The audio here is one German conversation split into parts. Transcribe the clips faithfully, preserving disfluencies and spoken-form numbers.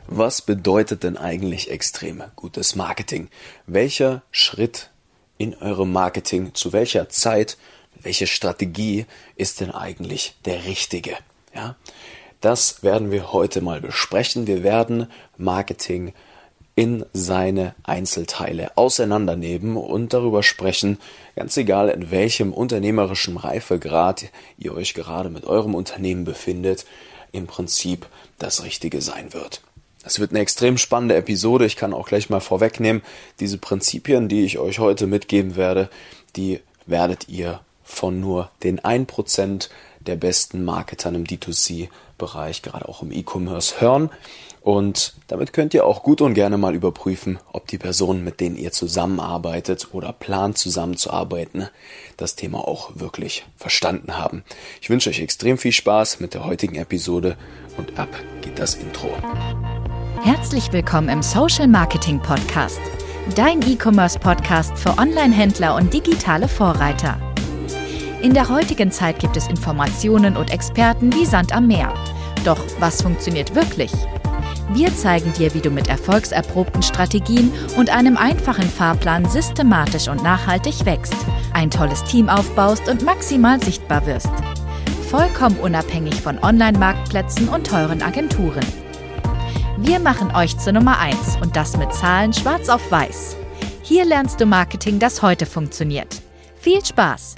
Was bedeutet denn eigentlich extrem gutes Marketing? Welcher Schritt in eurem Marketing, zu welcher Zeit, welche Strategie ist denn eigentlich der richtige? Ja, das werden wir heute mal besprechen. Wir werden Marketing in seine Einzelteile auseinandernehmen und darüber sprechen, ganz egal in welchem unternehmerischen Reifegrad ihr euch gerade mit eurem Unternehmen befindet, im Prinzip das Richtige sein wird. Es wird eine extrem spannende Episode. Ich kann auch gleich mal vorwegnehmen, diese Prinzipien, die ich euch heute mitgeben werde, die werdet ihr von nur den ein Prozent der besten Marketern im D zwei C-Bereich, gerade auch im E-Commerce, hören. Und damit könnt ihr auch gut und gerne mal überprüfen, ob die Personen, mit denen ihr zusammenarbeitet oder plant zusammenzuarbeiten, das Thema auch wirklich verstanden haben. Ich wünsche euch extrem viel Spaß mit der heutigen Episode und ab geht das Intro. Herzlich willkommen im Social Marketing Podcast, dein E-Commerce-Podcast für Online-Händler und digitale Vorreiter. In der heutigen Zeit gibt es Informationen und Experten wie Sand am Meer. Doch was funktioniert wirklich? Wir zeigen dir, wie du mit erfolgserprobten Strategien und einem einfachen Fahrplan systematisch und nachhaltig wächst, ein tolles Team aufbaust und maximal sichtbar wirst. Vollkommen unabhängig von Online-Marktplätzen und teuren Agenturen. Wir machen euch zur Nummer eins und das mit Zahlen schwarz auf weiß. Hier lernst du Marketing, das heute funktioniert. Viel Spaß!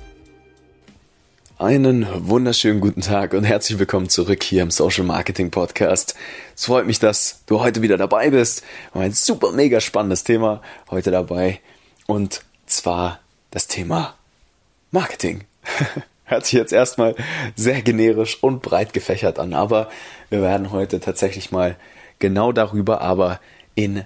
Einen wunderschönen guten Tag und herzlich willkommen zurück hier im Social Marketing Podcast. Es freut mich, dass du heute wieder dabei bist. Wir haben ein super mega spannendes Thema heute dabei und zwar das Thema Marketing. Hört sich jetzt erstmal sehr generisch und breit gefächert an, aber wir werden heute tatsächlich mal genau darüber, aber in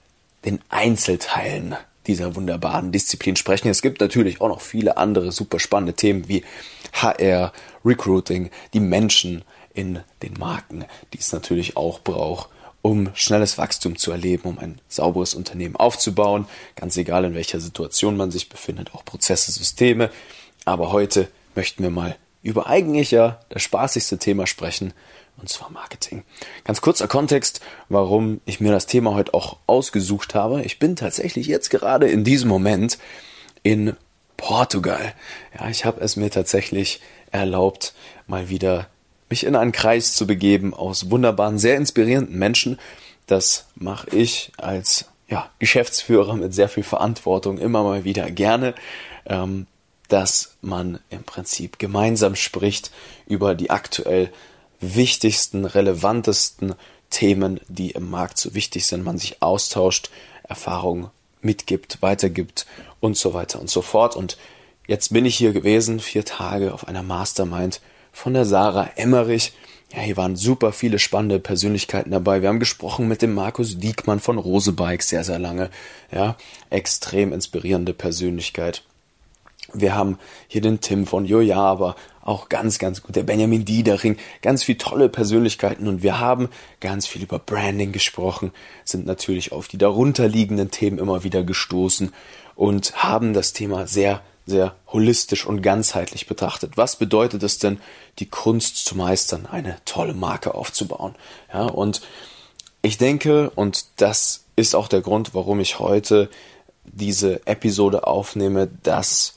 den Einzelteilen dieser wunderbaren Disziplin sprechen. Es gibt natürlich auch noch viele andere super spannende Themen wie H R, Recruiting, die Menschen in den Marken, die es natürlich auch braucht, um schnelles Wachstum zu erleben, um ein sauberes Unternehmen aufzubauen, ganz egal in welcher Situation man sich befindet, auch Prozesse, Systeme. Aber heute möchten wir mal über eigentlich ja das spaßigste Thema sprechen, und zwar Marketing. Ganz kurzer Kontext, warum ich mir das Thema heute auch ausgesucht habe. Ich bin tatsächlich jetzt gerade in diesem Moment in Portugal. Ja, ich habe es mir tatsächlich erlaubt, mal wieder mich in einen Kreis zu begeben aus wunderbaren, sehr inspirierenden Menschen. Das mache ich als ja, Geschäftsführer mit sehr viel Verantwortung immer mal wieder gerne, ähm, dass man im Prinzip gemeinsam spricht über die aktuell wichtigsten, relevantesten Themen, die im Markt so wichtig sind, man sich austauscht, Erfahrungen mitgibt, weitergibt und so weiter und so fort. Und jetzt bin ich hier gewesen, vier Tage auf einer Mastermind von der Sarah Emmerich. Ja, hier waren super viele spannende Persönlichkeiten dabei. Wir haben gesprochen mit dem Markus Diekmann von Rose Bikes sehr, sehr lange. Ja, extrem inspirierende Persönlichkeit. Wir haben hier den Tim von Joja, aber auch ganz, ganz gut, der Benjamin Diedering, ganz viele tolle Persönlichkeiten und wir haben ganz viel über Branding gesprochen, sind natürlich auf die darunterliegenden Themen immer wieder gestoßen und haben das Thema sehr, sehr holistisch und ganzheitlich betrachtet. Was bedeutet es denn, die Kunst zu meistern, eine tolle Marke aufzubauen? Ja, und ich denke, und das ist auch der Grund, warum ich heute diese Episode aufnehme, dass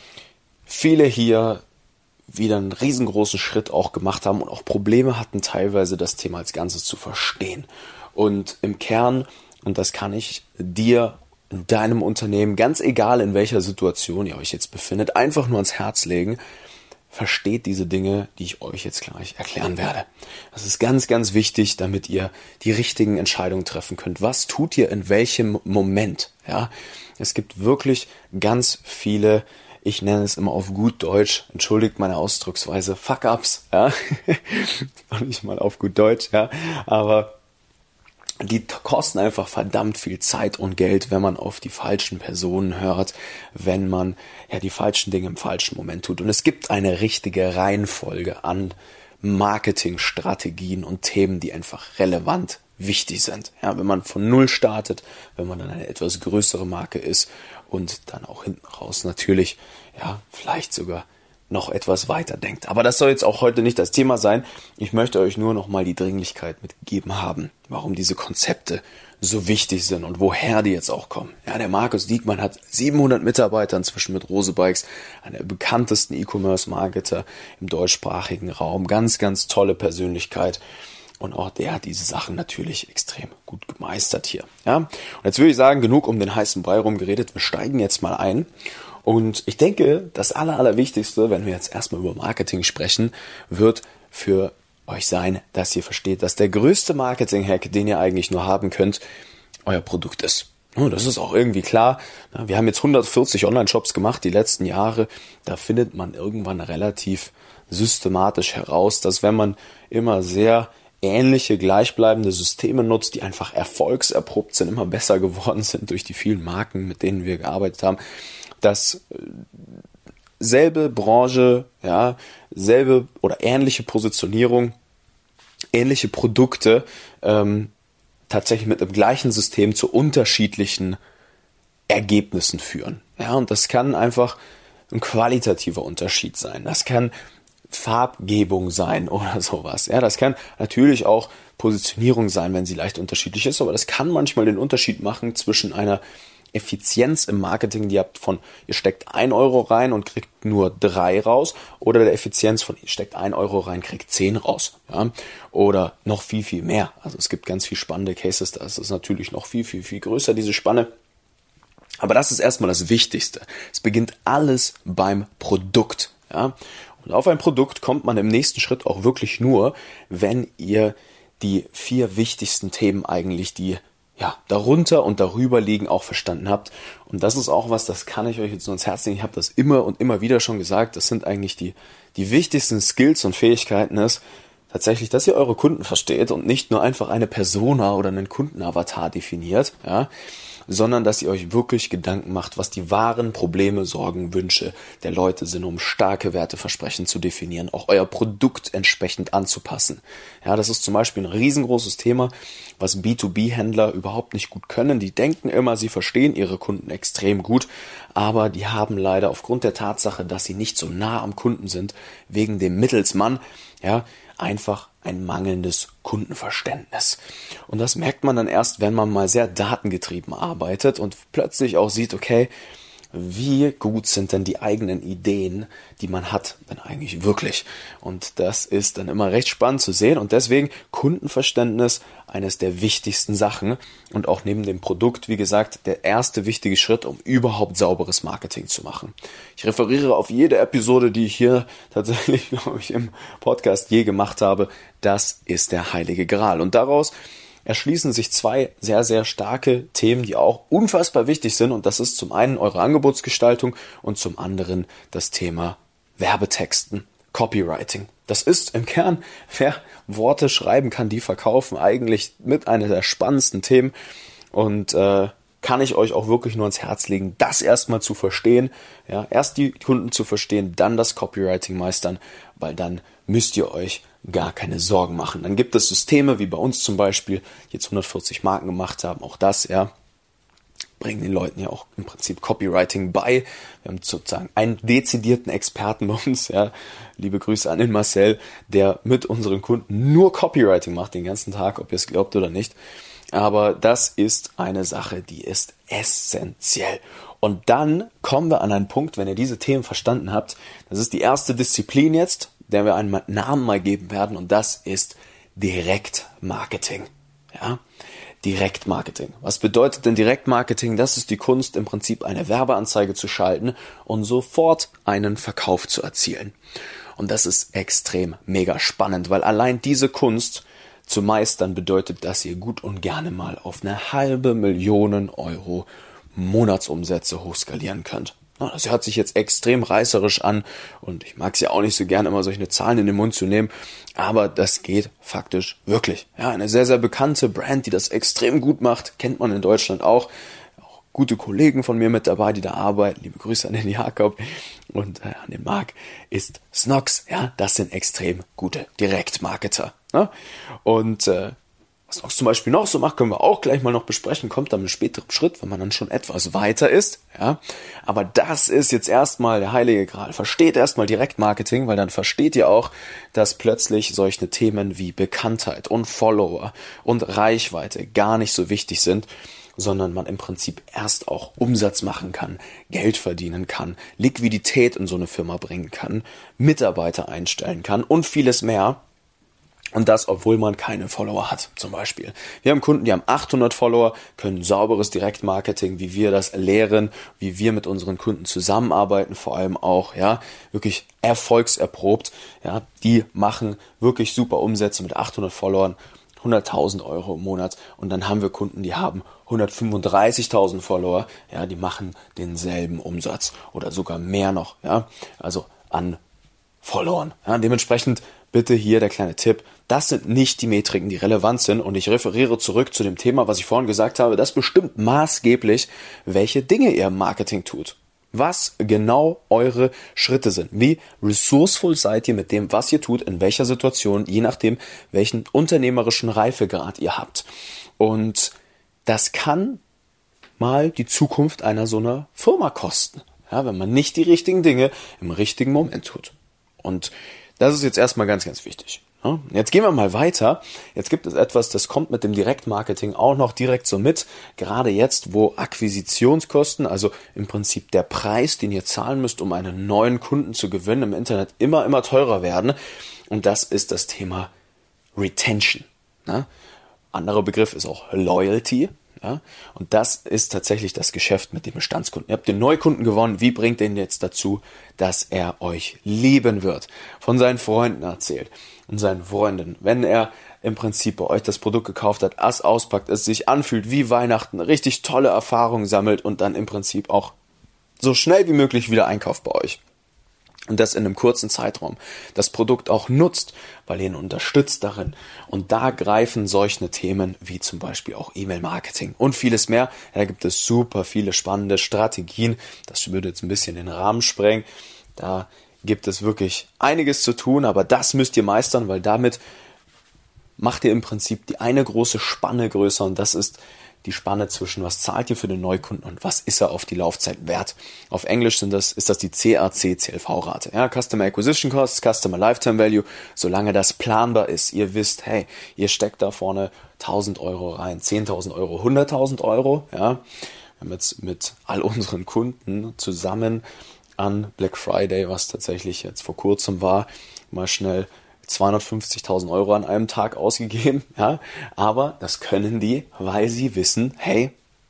viele hier wieder einen riesengroßen Schritt auch gemacht haben und auch Probleme hatten, teilweise das Thema als Ganzes zu verstehen. Und im Kern, und das kann ich dir in deinem Unternehmen, ganz egal in welcher Situation ihr euch jetzt befindet, einfach nur ans Herz legen, versteht diese Dinge, die ich euch jetzt gleich erklären werde. Das ist ganz, ganz wichtig, damit ihr die richtigen Entscheidungen treffen könnt. Was tut ihr in welchem Moment? Ja, es gibt wirklich ganz viele, ich nenne es immer auf gut Deutsch, entschuldigt meine Ausdrucksweise, Fuck-Ups, ja, und nicht mal auf gut Deutsch, ja, aber die kosten einfach verdammt viel Zeit und Geld, wenn man auf die falschen Personen hört, wenn man ja die falschen Dinge im falschen Moment tut. Und es gibt eine richtige Reihenfolge an Marketingstrategien und Themen, die einfach relevant wichtig sind. Ja, wenn man von Null startet, wenn man dann eine etwas größere Marke ist und dann auch hinten raus natürlich, ja, vielleicht sogar noch etwas weiter denkt. Aber das soll jetzt auch heute nicht das Thema sein. Ich möchte euch nur noch mal die Dringlichkeit mitgegeben haben, warum diese Konzepte so wichtig sind und woher die jetzt auch kommen. Ja, der Markus Diekmann hat siebenhundert Mitarbeiter inzwischen mit Rose Bikes, einer der bekanntesten E-Commerce-Marketer im deutschsprachigen Raum. Ganz, ganz tolle Persönlichkeit. Und auch der hat diese Sachen natürlich extrem gut gemeistert hier. Ja, und jetzt würde ich sagen, genug um den heißen Brei rumgeredet. Wir steigen jetzt mal ein. Und ich denke, das Aller, Allerwichtigste, wenn wir jetzt erstmal über Marketing sprechen, wird für euch sein, dass ihr versteht, dass der größte Marketing-Hack, den ihr eigentlich nur haben könnt, euer Produkt ist. Das ist auch irgendwie klar. Wir haben jetzt hundertvierzig Online-Shops gemacht die letzten Jahre. Da findet man irgendwann relativ systematisch heraus, dass wenn man immer sehr ähnliche, gleichbleibende Systeme nutzt, die einfach erfolgserprobt sind, immer besser geworden sind durch die vielen Marken, mit denen wir gearbeitet haben, dass selbe Branche, ja, selbe oder ähnliche Positionierung, ähnliche Produkte ähm, tatsächlich mit dem gleichen System zu unterschiedlichen Ergebnissen führen. Ja, und das kann einfach ein qualitativer Unterschied sein. Das kann Farbgebung sein oder sowas. Ja, das kann natürlich auch Positionierung sein, wenn sie leicht unterschiedlich ist, aber das kann manchmal den Unterschied machen zwischen einer Effizienz im Marketing, die ihr habt von, ihr steckt ein Euro rein und kriegt nur drei raus, oder der Effizienz von, ihr steckt ein Euro rein, kriegt zehn raus, ja, oder noch viel, viel mehr. Also es gibt ganz viel spannende Cases, da ist es natürlich noch viel, viel, viel größer, diese Spanne. Aber das ist erstmal das Wichtigste. Es beginnt alles beim Produkt, ja. Und auf ein Produkt kommt man im nächsten Schritt auch wirklich nur, wenn ihr die vier wichtigsten Themen eigentlich, die ja darunter und darüber liegen, auch verstanden habt. Und das ist auch was, das kann ich euch jetzt nur ans Herz legen. Ich habe das immer und immer wieder schon gesagt. Das sind eigentlich die, die wichtigsten Skills und Fähigkeiten ist tatsächlich, dass ihr eure Kunden versteht und nicht nur einfach eine Persona oder einen Kundenavatar definiert, ja, sondern dass ihr euch wirklich Gedanken macht, was die wahren Probleme, Sorgen, Wünsche der Leute sind, um starke Werteversprechen zu definieren, auch euer Produkt entsprechend anzupassen. Ja, das ist zum Beispiel ein riesengroßes Thema, was B zwei B-Händler überhaupt nicht gut können. Die denken immer, sie verstehen ihre Kunden extrem gut, aber die haben leider aufgrund der Tatsache, dass sie nicht so nah am Kunden sind, wegen dem Mittelsmann, ja, einfach ein mangelndes Kundenverständnis. Und das merkt man dann erst, wenn man mal sehr datengetrieben arbeitet und plötzlich auch sieht, okay, wie gut sind denn die eigenen Ideen, die man hat, denn eigentlich wirklich? Und das ist dann immer recht spannend zu sehen und deswegen Kundenverständnis eines der wichtigsten Sachen und auch neben dem Produkt, wie gesagt, der erste wichtige Schritt, um überhaupt sauberes Marketing zu machen. Ich referiere auf jede Episode, die ich hier tatsächlich, glaube ich, im Podcast je gemacht habe. Das ist der heilige Gral und daraus erschließen sich zwei sehr, sehr starke Themen, die auch unfassbar wichtig sind. Und das ist zum einen eure Angebotsgestaltung und zum anderen das Thema Werbetexten, Copywriting. Das ist im Kern, wer Worte schreiben kann, die verkaufen, eigentlich mit einer der spannendsten Themen. Und äh, kann ich euch auch wirklich nur ans Herz legen, das erstmal zu verstehen. Ja, erst die Kunden zu verstehen, dann das Copywriting meistern, weil dann müsst ihr euch gar keine Sorgen machen. Dann gibt es Systeme, wie bei uns zum Beispiel, jetzt hundertvierzig Marken gemacht haben, auch das, ja, bringen den Leuten ja auch im Prinzip Copywriting bei. Wir haben sozusagen einen dezidierten Experten bei uns, ja, liebe Grüße an den Marcel, der mit unseren Kunden nur Copywriting macht den ganzen Tag, ob ihr es glaubt oder nicht. Aber das ist eine Sache, die ist essentiell. Und dann kommen wir an einen Punkt, wenn ihr diese Themen verstanden habt, das ist die erste Disziplin jetzt, der wir einen Namen mal geben werden, und das ist Direktmarketing. Ja, Direktmarketing. Was bedeutet denn Direktmarketing? Das ist die Kunst, im Prinzip eine Werbeanzeige zu schalten und sofort einen Verkauf zu erzielen. Und das ist extrem mega spannend, weil allein diese Kunst zu meistern bedeutet, dass ihr gut und gerne mal auf eine halbe Million Euro Monatsumsätze hochskalieren könnt. Das hört sich jetzt extrem reißerisch an und ich mag es ja auch nicht so gerne, immer solche Zahlen in den Mund zu nehmen, aber das geht faktisch wirklich. Ja, eine sehr, sehr bekannte Brand, die das extrem gut macht, kennt man in Deutschland auch. Auch gute Kollegen von mir mit dabei, die da arbeiten. Liebe Grüße an den Jakob und äh, an den Marc, ist Snox. Ja, das sind extrem gute Direktmarketer. Ne? Und äh, Was Nox zum Beispiel noch so macht, können wir auch gleich mal noch besprechen, kommt dann im späteren Schritt, wenn man dann schon etwas weiter ist. Ja, aber das ist jetzt erstmal der heilige Gral. Versteht erstmal Direktmarketing, weil dann versteht ihr auch, dass plötzlich solche Themen wie Bekanntheit und Follower und Reichweite gar nicht so wichtig sind, sondern man im Prinzip erst auch Umsatz machen kann, Geld verdienen kann, Liquidität in so eine Firma bringen kann, Mitarbeiter einstellen kann und vieles mehr. Und das, obwohl man keine Follower hat, zum Beispiel. Wir haben Kunden, die haben achthundert Follower, können sauberes Direktmarketing, wie wir das lehren, wie wir mit unseren Kunden zusammenarbeiten, vor allem auch, ja, wirklich erfolgserprobt, ja, die machen wirklich super Umsätze mit achthundert Followern, hunderttausend Euro im Monat. Und dann haben wir Kunden, die haben hundertfünfunddreißigtausend Follower, ja, die machen denselben Umsatz oder sogar mehr noch, ja, also an Followern. Ja, dementsprechend bitte hier der kleine Tipp, das sind nicht die Metriken, die relevant sind, und ich referiere zurück zu dem Thema, was ich vorhin gesagt habe, das bestimmt maßgeblich, welche Dinge ihr im Marketing tut. Was genau eure Schritte sind. Wie ressourceful seid ihr mit dem, was ihr tut, in welcher Situation, je nachdem, welchen unternehmerischen Reifegrad ihr habt. Und das kann mal die Zukunft einer so einer Firma kosten, ja, wenn man nicht die richtigen Dinge im richtigen Moment tut. Und das ist jetzt erstmal ganz, ganz wichtig. Jetzt gehen wir mal weiter. Jetzt gibt es etwas, das kommt mit dem Direktmarketing auch noch direkt so mit. Gerade jetzt, wo Akquisitionskosten, also im Prinzip der Preis, den ihr zahlen müsst, um einen neuen Kunden zu gewinnen, im Internet immer, immer teurer werden. Und das ist das Thema Retention. Anderer Begriff ist auch Loyalty. Ja, und das ist tatsächlich das Geschäft mit dem Bestandskunden. Ihr habt den Neukunden gewonnen. Wie bringt ihr ihn jetzt dazu, dass er euch lieben wird? Von seinen Freunden erzählt und seinen Freunden. Wenn er im Prinzip bei euch das Produkt gekauft hat, es auspackt, es sich anfühlt wie Weihnachten, richtig tolle Erfahrungen sammelt und dann im Prinzip auch so schnell wie möglich wieder einkauft bei euch. Und das in einem kurzen Zeitraum. Das Produkt auch nutzt, weil ihr ihn unterstützt darin. Und da greifen solche Themen wie zum Beispiel auch E-Mail-Marketing und vieles mehr. Da gibt es super viele spannende Strategien. Das würde jetzt ein bisschen den Rahmen sprengen. Da gibt es wirklich einiges zu tun, aber das müsst ihr meistern, weil damit macht ihr im Prinzip die eine große Spanne größer, und das ist die Spanne zwischen, was zahlt ihr für den Neukunden und was ist er auf die Laufzeit wert. Auf Englisch sind das, ist das die C A C C L V-Rate. Ja, Customer Acquisition Costs, Customer Lifetime Value, solange das planbar ist. Ihr wisst, hey, ihr steckt da vorne tausend Euro rein, zehntausend Euro, hunderttausend Euro. Ja, wir haben jetzt mit all unseren Kunden zusammen an Black Friday, was tatsächlich jetzt vor kurzem war, mal schnell zweihundertfünfzigtausend Euro an einem Tag ausgegeben, ja, aber das können die, weil sie wissen, hey,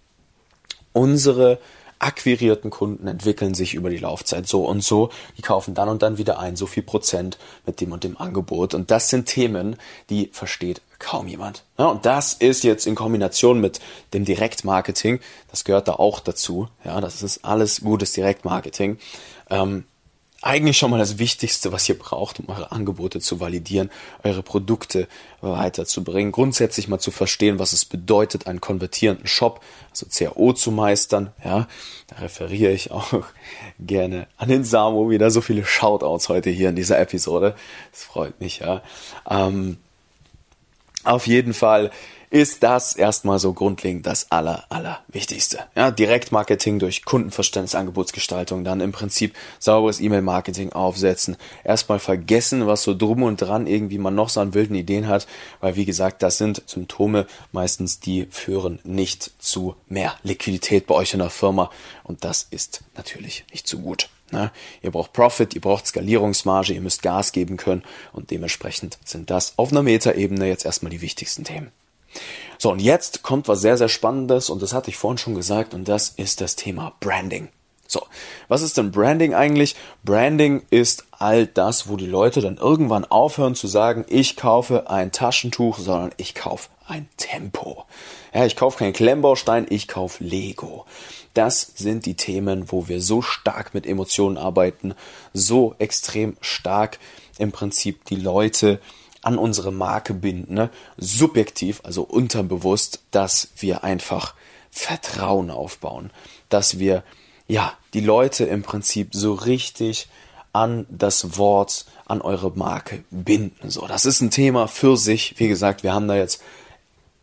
unsere akquirierten Kunden entwickeln sich über die Laufzeit so und so, die kaufen dann und dann wieder ein, so viel Prozent mit dem und dem Angebot, und das sind Themen, die versteht kaum jemand. Ja, und das ist jetzt in Kombination mit dem Direktmarketing, das gehört da auch dazu, ja, das ist alles gutes Direktmarketing, ähm, eigentlich schon mal das Wichtigste, was ihr braucht, um eure Angebote zu validieren, eure Produkte weiterzubringen, grundsätzlich mal zu verstehen, was es bedeutet, einen konvertierenden Shop, also C A O zu meistern. Ja, da referiere ich auch gerne an den Samo, wieder so viele Shoutouts heute hier in dieser Episode. Das freut mich, ja. Ähm, auf jeden Fall ist das erstmal so grundlegend das aller, aller Wichtigste. Ja, Direktmarketing durch Kundenverständnis, Angebotsgestaltung, dann im Prinzip sauberes E-Mail-Marketing aufsetzen. Erstmal vergessen, was so drum und dran irgendwie man noch so an wilden Ideen hat, weil wie gesagt, das sind Symptome meistens, die führen nicht zu mehr Liquidität bei euch in der Firma, und das ist natürlich nicht so gut. Na, ihr braucht Profit, ihr braucht Skalierungsmarge, ihr müsst Gas geben können, und dementsprechend sind das auf einer Metaebene jetzt erstmal die wichtigsten Themen. So, und jetzt kommt was sehr, sehr Spannendes, und das hatte ich vorhin schon gesagt, und das ist das Thema Branding. So, was ist denn Branding eigentlich? Branding ist all das, wo die Leute dann irgendwann aufhören zu sagen, ich kaufe ein Taschentuch, sondern ich kaufe ein Tempo. Ja, ich kaufe keinen Klemmbaustein, ich kaufe Lego. Das sind die Themen, wo wir so stark mit Emotionen arbeiten, so extrem stark im Prinzip die Leute an unsere Marke binden, ne? Subjektiv, also unterbewusst, dass wir einfach Vertrauen aufbauen, dass wir ja die Leute im Prinzip so richtig an das Wort, an eure Marke binden. So, das ist ein Thema für sich. Wie gesagt, wir haben da jetzt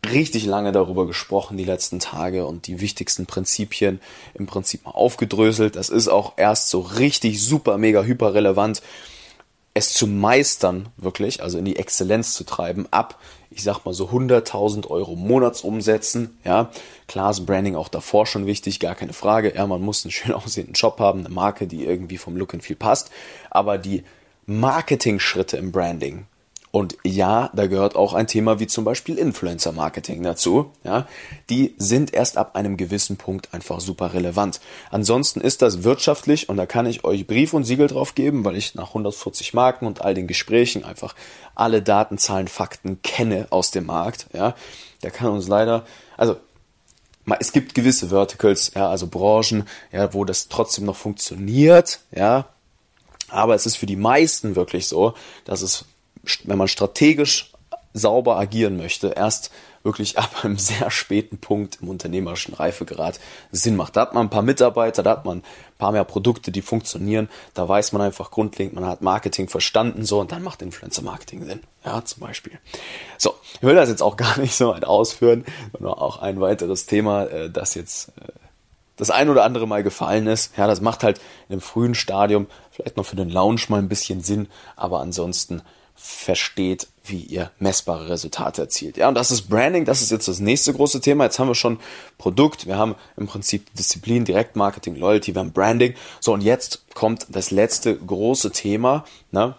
richtig lange darüber gesprochen die letzten Tage und die wichtigsten Prinzipien im Prinzip mal aufgedröselt. Das ist auch erst so richtig super, mega, hyper relevant, es zu meistern, wirklich, also in die Exzellenz zu treiben, ab, ich sag mal so hunderttausend Euro Monatsumsätzen, ja. Klar ist Branding auch davor schon wichtig, gar keine Frage. Ja, man muss einen schön aussehenden Job haben, eine Marke, die irgendwie vom Look and Feel passt. Aber die Marketing-Schritte im Branding, und ja, da gehört auch ein Thema wie zum Beispiel Influencer-Marketing dazu, ja, die sind erst ab einem gewissen Punkt einfach super relevant. Ansonsten ist das wirtschaftlich, und da kann ich euch Brief und Siegel drauf geben, weil ich nach hundertvierzig Marken und all den Gesprächen einfach alle Daten, Zahlen, Fakten kenne aus dem Markt, ja. Da kann uns leider, also es gibt gewisse Verticals, ja, also Branchen, ja, wo das trotzdem noch funktioniert, ja, aber es ist für die meisten wirklich so, dass es, wenn man strategisch sauber agieren möchte, erst wirklich ab einem sehr späten Punkt im unternehmerischen Reifegrad Sinn macht. Da hat man ein paar Mitarbeiter, da hat man ein paar mehr Produkte, die funktionieren, da weiß man einfach grundlegend, man hat Marketing verstanden, so, und dann macht Influencer-Marketing Sinn, ja, zum Beispiel. So, ich will das jetzt auch gar nicht so weit ausführen, sondern auch ein weiteres Thema, das jetzt das ein oder andere Mal gefallen ist. Ja, das macht halt in einem frühen Stadium vielleicht noch für den Launch mal ein bisschen Sinn, aber ansonsten versteht, wie ihr messbare Resultate erzielt. Ja, und das ist Branding, das ist jetzt das nächste große Thema. Jetzt haben wir schon Produkt, wir haben im Prinzip Disziplin, Direktmarketing, Loyalty, wir haben Branding. So, und jetzt kommt das letzte große Thema, ne?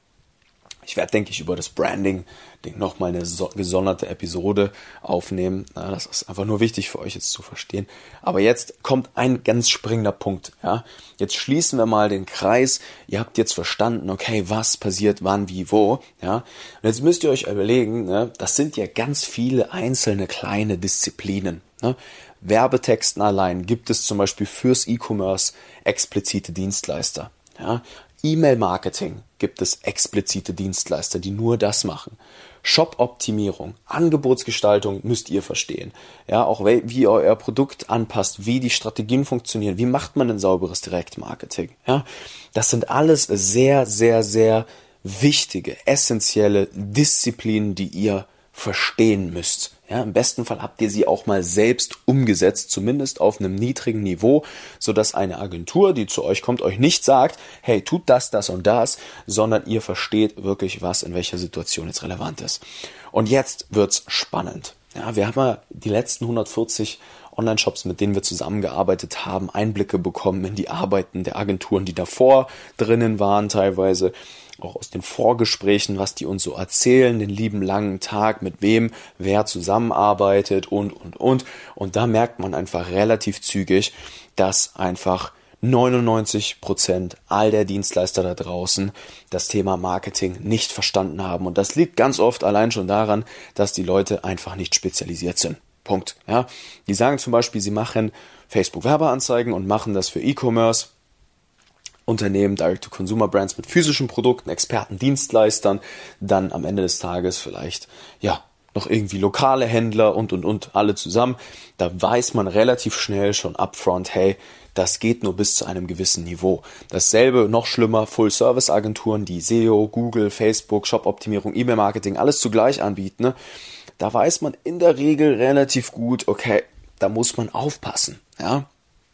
Ich werde, denke ich, über das Branding nochmal eine so gesonderte Episode aufnehmen. Ja, das ist einfach nur wichtig für euch jetzt zu verstehen. Aber jetzt kommt ein ganz springender Punkt. Ja? Jetzt schließen wir mal den Kreis. Ihr habt jetzt verstanden, okay, was passiert, wann, wie, wo. Ja? Und jetzt müsst ihr euch überlegen, ne, das sind ja ganz viele einzelne kleine Disziplinen. Ne? Werbetexten allein gibt es zum Beispiel fürs E-Commerce explizite Dienstleister. Ja? E-Mail-Marketing gibt es explizite Dienstleister, die nur das machen. Shop-Optimierung, Angebotsgestaltung müsst ihr verstehen. Ja, auch wie ihr euer Produkt anpasst, wie die Strategien funktionieren, wie macht man ein sauberes Direktmarketing. Ja, das sind alles sehr, sehr, sehr wichtige, essentielle Disziplinen, die ihr verstehen müsst. Ja, im besten Fall habt ihr sie auch mal selbst umgesetzt, zumindest auf einem niedrigen Niveau, sodass eine Agentur, die zu euch kommt, euch nicht sagt, hey, tut das, das und das, sondern ihr versteht wirklich, was in welcher Situation jetzt relevant ist. Und jetzt wird's spannend. Ja, wir haben ja die letzten hundertvierzig Online-Shops, mit denen wir zusammengearbeitet haben, Einblicke bekommen in die Arbeiten der Agenturen, die davor drinnen waren teilweise, auch aus den Vorgesprächen, was die uns so erzählen, den lieben langen Tag, mit wem wer zusammenarbeitet und, und, und. Und da merkt man einfach relativ zügig, dass einfach neunundneunzig Prozent all der Dienstleister da draußen das Thema Marketing nicht verstanden haben. Und das liegt ganz oft allein schon daran, dass die Leute einfach nicht spezialisiert sind. Punkt. Ja, die sagen zum Beispiel, sie machen Facebook-Werbeanzeigen und machen das für E-Commerce. Unternehmen, Direct-to-Consumer-Brands mit physischen Produkten, Experten, Dienstleistern, dann am Ende des Tages vielleicht, ja, noch irgendwie lokale Händler und, und, und, alle zusammen. Da weiß man relativ schnell schon upfront, hey, das geht nur bis zu einem gewissen Niveau. Dasselbe, noch schlimmer, Full-Service-Agenturen, die S E O, Google, Facebook, Shop-Optimierung, E-Mail-Marketing, alles zugleich anbieten, ne? Da weiß man in der Regel relativ gut, okay, da muss man aufpassen, ja.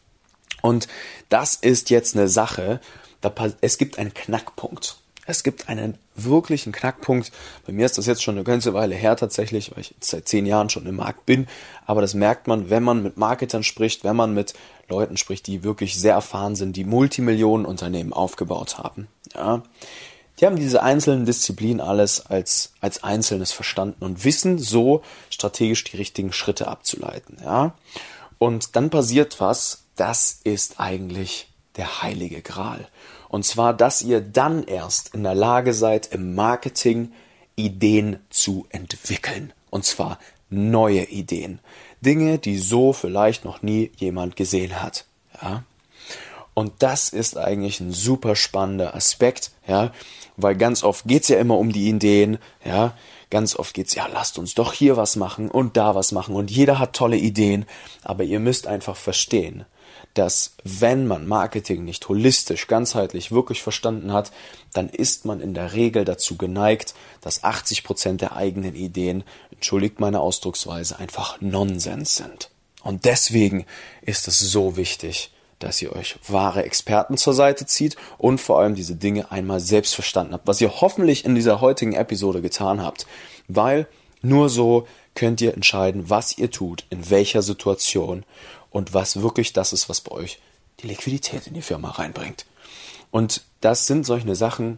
Und das ist jetzt eine Sache, da, es gibt einen Knackpunkt. Es gibt einen wirklichen Knackpunkt. Bei mir ist das jetzt schon eine ganze Weile her tatsächlich, weil ich seit zehn Jahren schon im Markt bin. Aber das merkt man, wenn man mit Marketern spricht, wenn man mit Leuten spricht, die wirklich sehr erfahren sind, die Multimillionenunternehmen aufgebaut haben. Ja, die haben diese einzelnen Disziplinen alles als, als Einzelnes verstanden und wissen so strategisch die richtigen Schritte abzuleiten. Ja, und dann passiert was. Das ist eigentlich der heilige Gral. Und zwar, dass ihr dann erst in der Lage seid, im Marketing Ideen zu entwickeln. Und zwar neue Ideen. Dinge, die so vielleicht noch nie jemand gesehen hat. Ja? Und das ist eigentlich ein super spannender Aspekt, ja, weil ganz oft geht's ja immer um die Ideen, ja. Ganz oft geht's, ja, lasst uns doch hier was machen und da was machen und jeder hat tolle Ideen, aber ihr müsst einfach verstehen, dass wenn man Marketing nicht holistisch, ganzheitlich wirklich verstanden hat, dann ist man in der Regel dazu geneigt, dass achtzig Prozent der eigenen Ideen, entschuldigt meine Ausdrucksweise, einfach Nonsens sind. Und deswegen ist es so wichtig, dass ihr euch wahre Experten zur Seite zieht und vor allem diese Dinge einmal selbst verstanden habt, was ihr hoffentlich in dieser heutigen Episode getan habt, weil nur so könnt ihr entscheiden, was ihr tut, in welcher Situation und was wirklich das ist, was bei euch die Liquidität in die Firma reinbringt. Und das sind solche Sachen,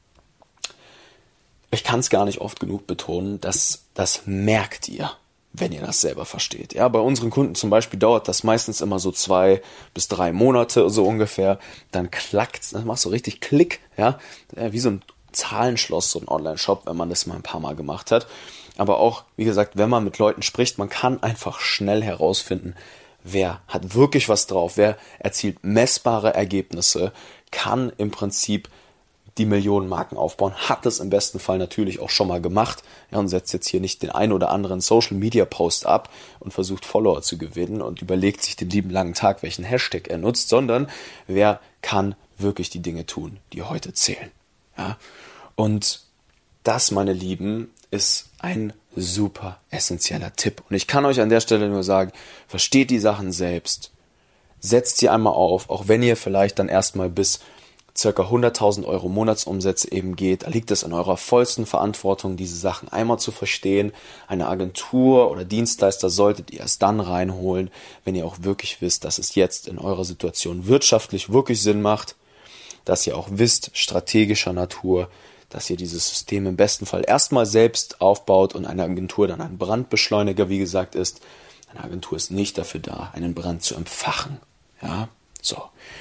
ich kann es gar nicht oft genug betonen, dass das merkt ihr, wenn ihr das selber versteht. Ja, bei unseren Kunden zum Beispiel dauert das meistens immer so zwei bis drei Monate so ungefähr. Dann klackt's, das macht so richtig Klick, ja, wie so ein Zahlenschloss, so ein Online-Shop, wenn man das mal ein paar Mal gemacht hat. Aber auch, wie gesagt, wenn man mit Leuten spricht, man kann einfach schnell herausfinden, wer hat wirklich was drauf, wer erzielt messbare Ergebnisse, kann im Prinzip die Millionenmarken aufbauen, hat es im besten Fall natürlich auch schon mal gemacht, ja, und setzt jetzt hier nicht den einen oder anderen Social-Media-Post ab und versucht Follower zu gewinnen und überlegt sich den lieben langen Tag, welchen Hashtag er nutzt, sondern wer kann wirklich die Dinge tun, die heute zählen. Ja? Und das, meine Lieben, ist ein super essentieller Tipp. Und ich kann euch an der Stelle nur sagen, versteht die Sachen selbst, setzt sie einmal auf, auch wenn ihr vielleicht dann erstmal bis circa hunderttausend Euro Monatsumsätze eben geht, da liegt es in eurer vollsten Verantwortung, diese Sachen einmal zu verstehen. Eine Agentur oder Dienstleister solltet ihr erst dann reinholen, wenn ihr auch wirklich wisst, dass es jetzt in eurer Situation wirtschaftlich wirklich Sinn macht, dass ihr auch wisst, strategischer Natur, dass ihr dieses System im besten Fall erstmal selbst aufbaut und eine Agentur dann ein Brandbeschleuniger, wie gesagt, ist. Eine Agentur ist nicht dafür da, einen Brand zu entfachen. Ja, so.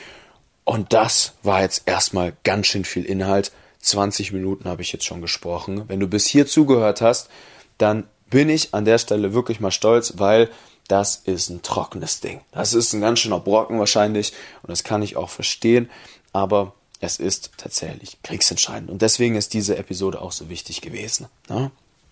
Und das war jetzt erstmal ganz schön viel Inhalt. zwanzig Minuten habe ich jetzt schon gesprochen. Wenn du bis hier zugehört hast, dann bin ich an der Stelle wirklich mal stolz, weil das ist ein trockenes Ding. Das ist ein ganz schöner Brocken wahrscheinlich und das kann ich auch verstehen, aber es ist tatsächlich kriegsentscheidend und deswegen ist diese Episode auch so wichtig gewesen. Ne?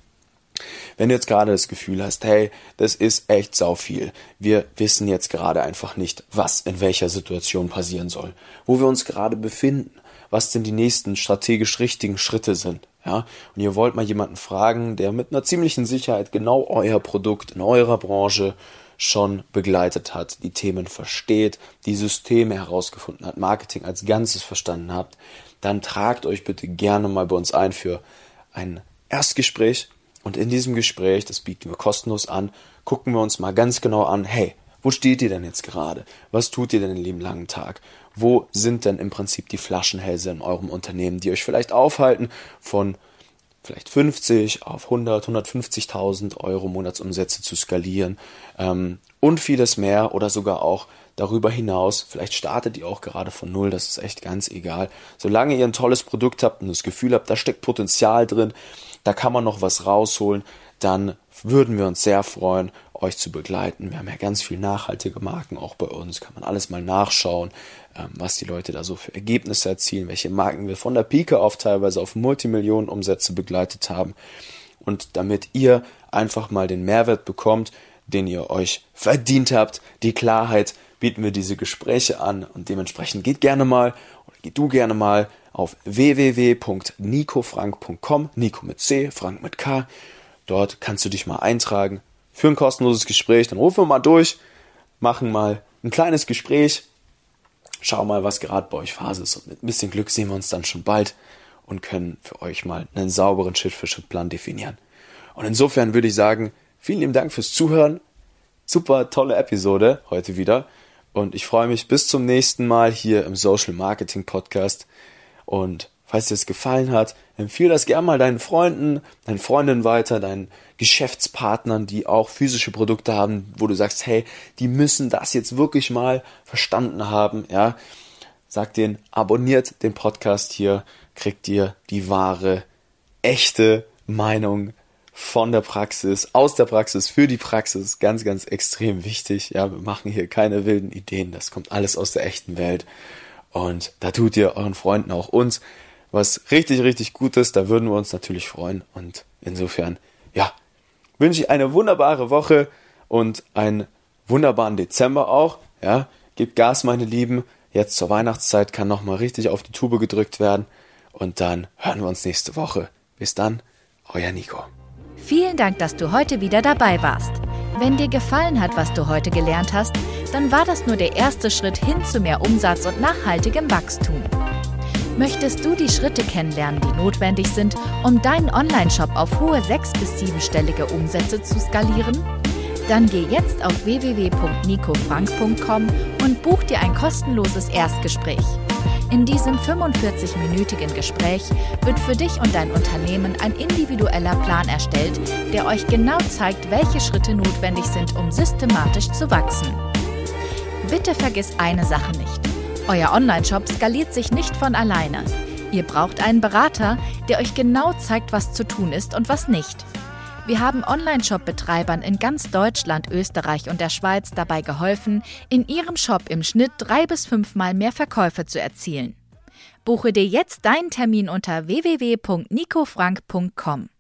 Wenn du jetzt gerade das Gefühl hast, hey, das ist echt sau viel. Wir wissen jetzt gerade einfach nicht, was in welcher Situation passieren soll, wo wir uns gerade befinden, was denn die nächsten strategisch richtigen Schritte sind. Ja? Und ihr wollt mal jemanden fragen, der mit einer ziemlichen Sicherheit genau euer Produkt in eurer Branche schon begleitet hat, die Themen versteht, die Systeme herausgefunden hat, Marketing als Ganzes verstanden habt, dann tragt euch bitte gerne mal bei uns ein für ein Erstgespräch. Und in diesem Gespräch, das bieten wir kostenlos an, gucken wir uns mal ganz genau an, hey, wo steht ihr denn jetzt gerade? Was tut ihr denn den lieben langen Tag? Wo sind denn im Prinzip die Flaschenhälse in eurem Unternehmen, die euch vielleicht aufhalten, von vielleicht fünfzig auf hundert, hundertfünfzigtausend Euro Monatsumsätze zu skalieren ähm, und vieles mehr oder sogar auch darüber hinaus. Vielleicht startet ihr auch gerade von null, das ist echt ganz egal. Solange ihr ein tolles Produkt habt und das Gefühl habt, da steckt Potenzial drin, da kann man noch was rausholen, dann würden wir uns sehr freuen, euch zu begleiten. Wir haben ja ganz viel nachhaltige Marken auch bei uns, kann man alles mal nachschauen, was die Leute da so für Ergebnisse erzielen, welche Marken wir von der Pike auf teilweise auf Multimillionen-Umsätze begleitet haben. Und damit ihr einfach mal den Mehrwert bekommt, den ihr euch verdient habt, die Klarheit, bieten wir diese Gespräche an und dementsprechend geht gerne mal oder geht du gerne mal auf w w w punkt nico frank punkt com, Nico mit C, Frank mit K. Dort kannst du dich mal eintragen für ein kostenloses Gespräch. Dann rufen wir mal durch, machen mal ein kleines Gespräch, schau mal, was gerade bei euch Phase ist. Und mit ein bisschen Glück sehen wir uns dann schon bald und können für euch mal einen sauberen Schritt-für-Schritt-Plan definieren. Und insofern würde ich sagen, vielen lieben Dank fürs Zuhören. Super tolle Episode heute wieder. Und ich freue mich bis zum nächsten Mal hier im Social Marketing Podcast. Und falls dir es gefallen hat, empfehle das gerne mal deinen Freunden, deinen Freundinnen weiter, deinen Geschäftspartnern, die auch physische Produkte haben, wo du sagst, hey, die müssen das jetzt wirklich mal verstanden haben. Ja, sag denen, abonniert den Podcast hier, kriegt ihr die wahre, echte Meinung von der Praxis, aus der Praxis, für die Praxis. Ganz, ganz extrem wichtig. Ja, wir machen hier keine wilden Ideen. Das kommt alles aus der echten Welt. Und da tut ihr euren Freunden auch uns was richtig, richtig Gutes. Da würden wir uns natürlich freuen. Und insofern, ja, wünsche ich eine wunderbare Woche und einen wunderbaren Dezember auch. Ja, Gebt Gas, meine Lieben. Jetzt zur Weihnachtszeit kann nochmal richtig auf die Tube gedrückt werden. Und dann hören wir uns nächste Woche. Bis dann, euer Nico. Vielen Dank, dass du heute wieder dabei warst. Wenn dir gefallen hat, was du heute gelernt hast, dann war das nur der erste Schritt hin zu mehr Umsatz und nachhaltigem Wachstum. Möchtest du die Schritte kennenlernen, die notwendig sind, um deinen Online-Shop auf hohe sechs- bis siebenstellige Umsätze zu skalieren? Dann geh jetzt auf w w w punkt nico frank punkt com und buch dir ein kostenloses Erstgespräch. In diesem fünfundvierzig-minütigen Gespräch wird für dich und dein Unternehmen ein individueller Plan erstellt, der euch genau zeigt, welche Schritte notwendig sind, um systematisch zu wachsen. Bitte vergiss eine Sache nicht. Euer Online-Shop skaliert sich nicht von alleine. Ihr braucht einen Berater, der euch genau zeigt, was zu tun ist und was nicht. Wir haben Online-Shop-Betreibern in ganz Deutschland, Österreich und der Schweiz dabei geholfen, in ihrem Shop im Schnitt drei bis fünfmal mehr Verkäufe zu erzielen. Buche dir jetzt deinen Termin unter w w w punkt nico frank punkt com.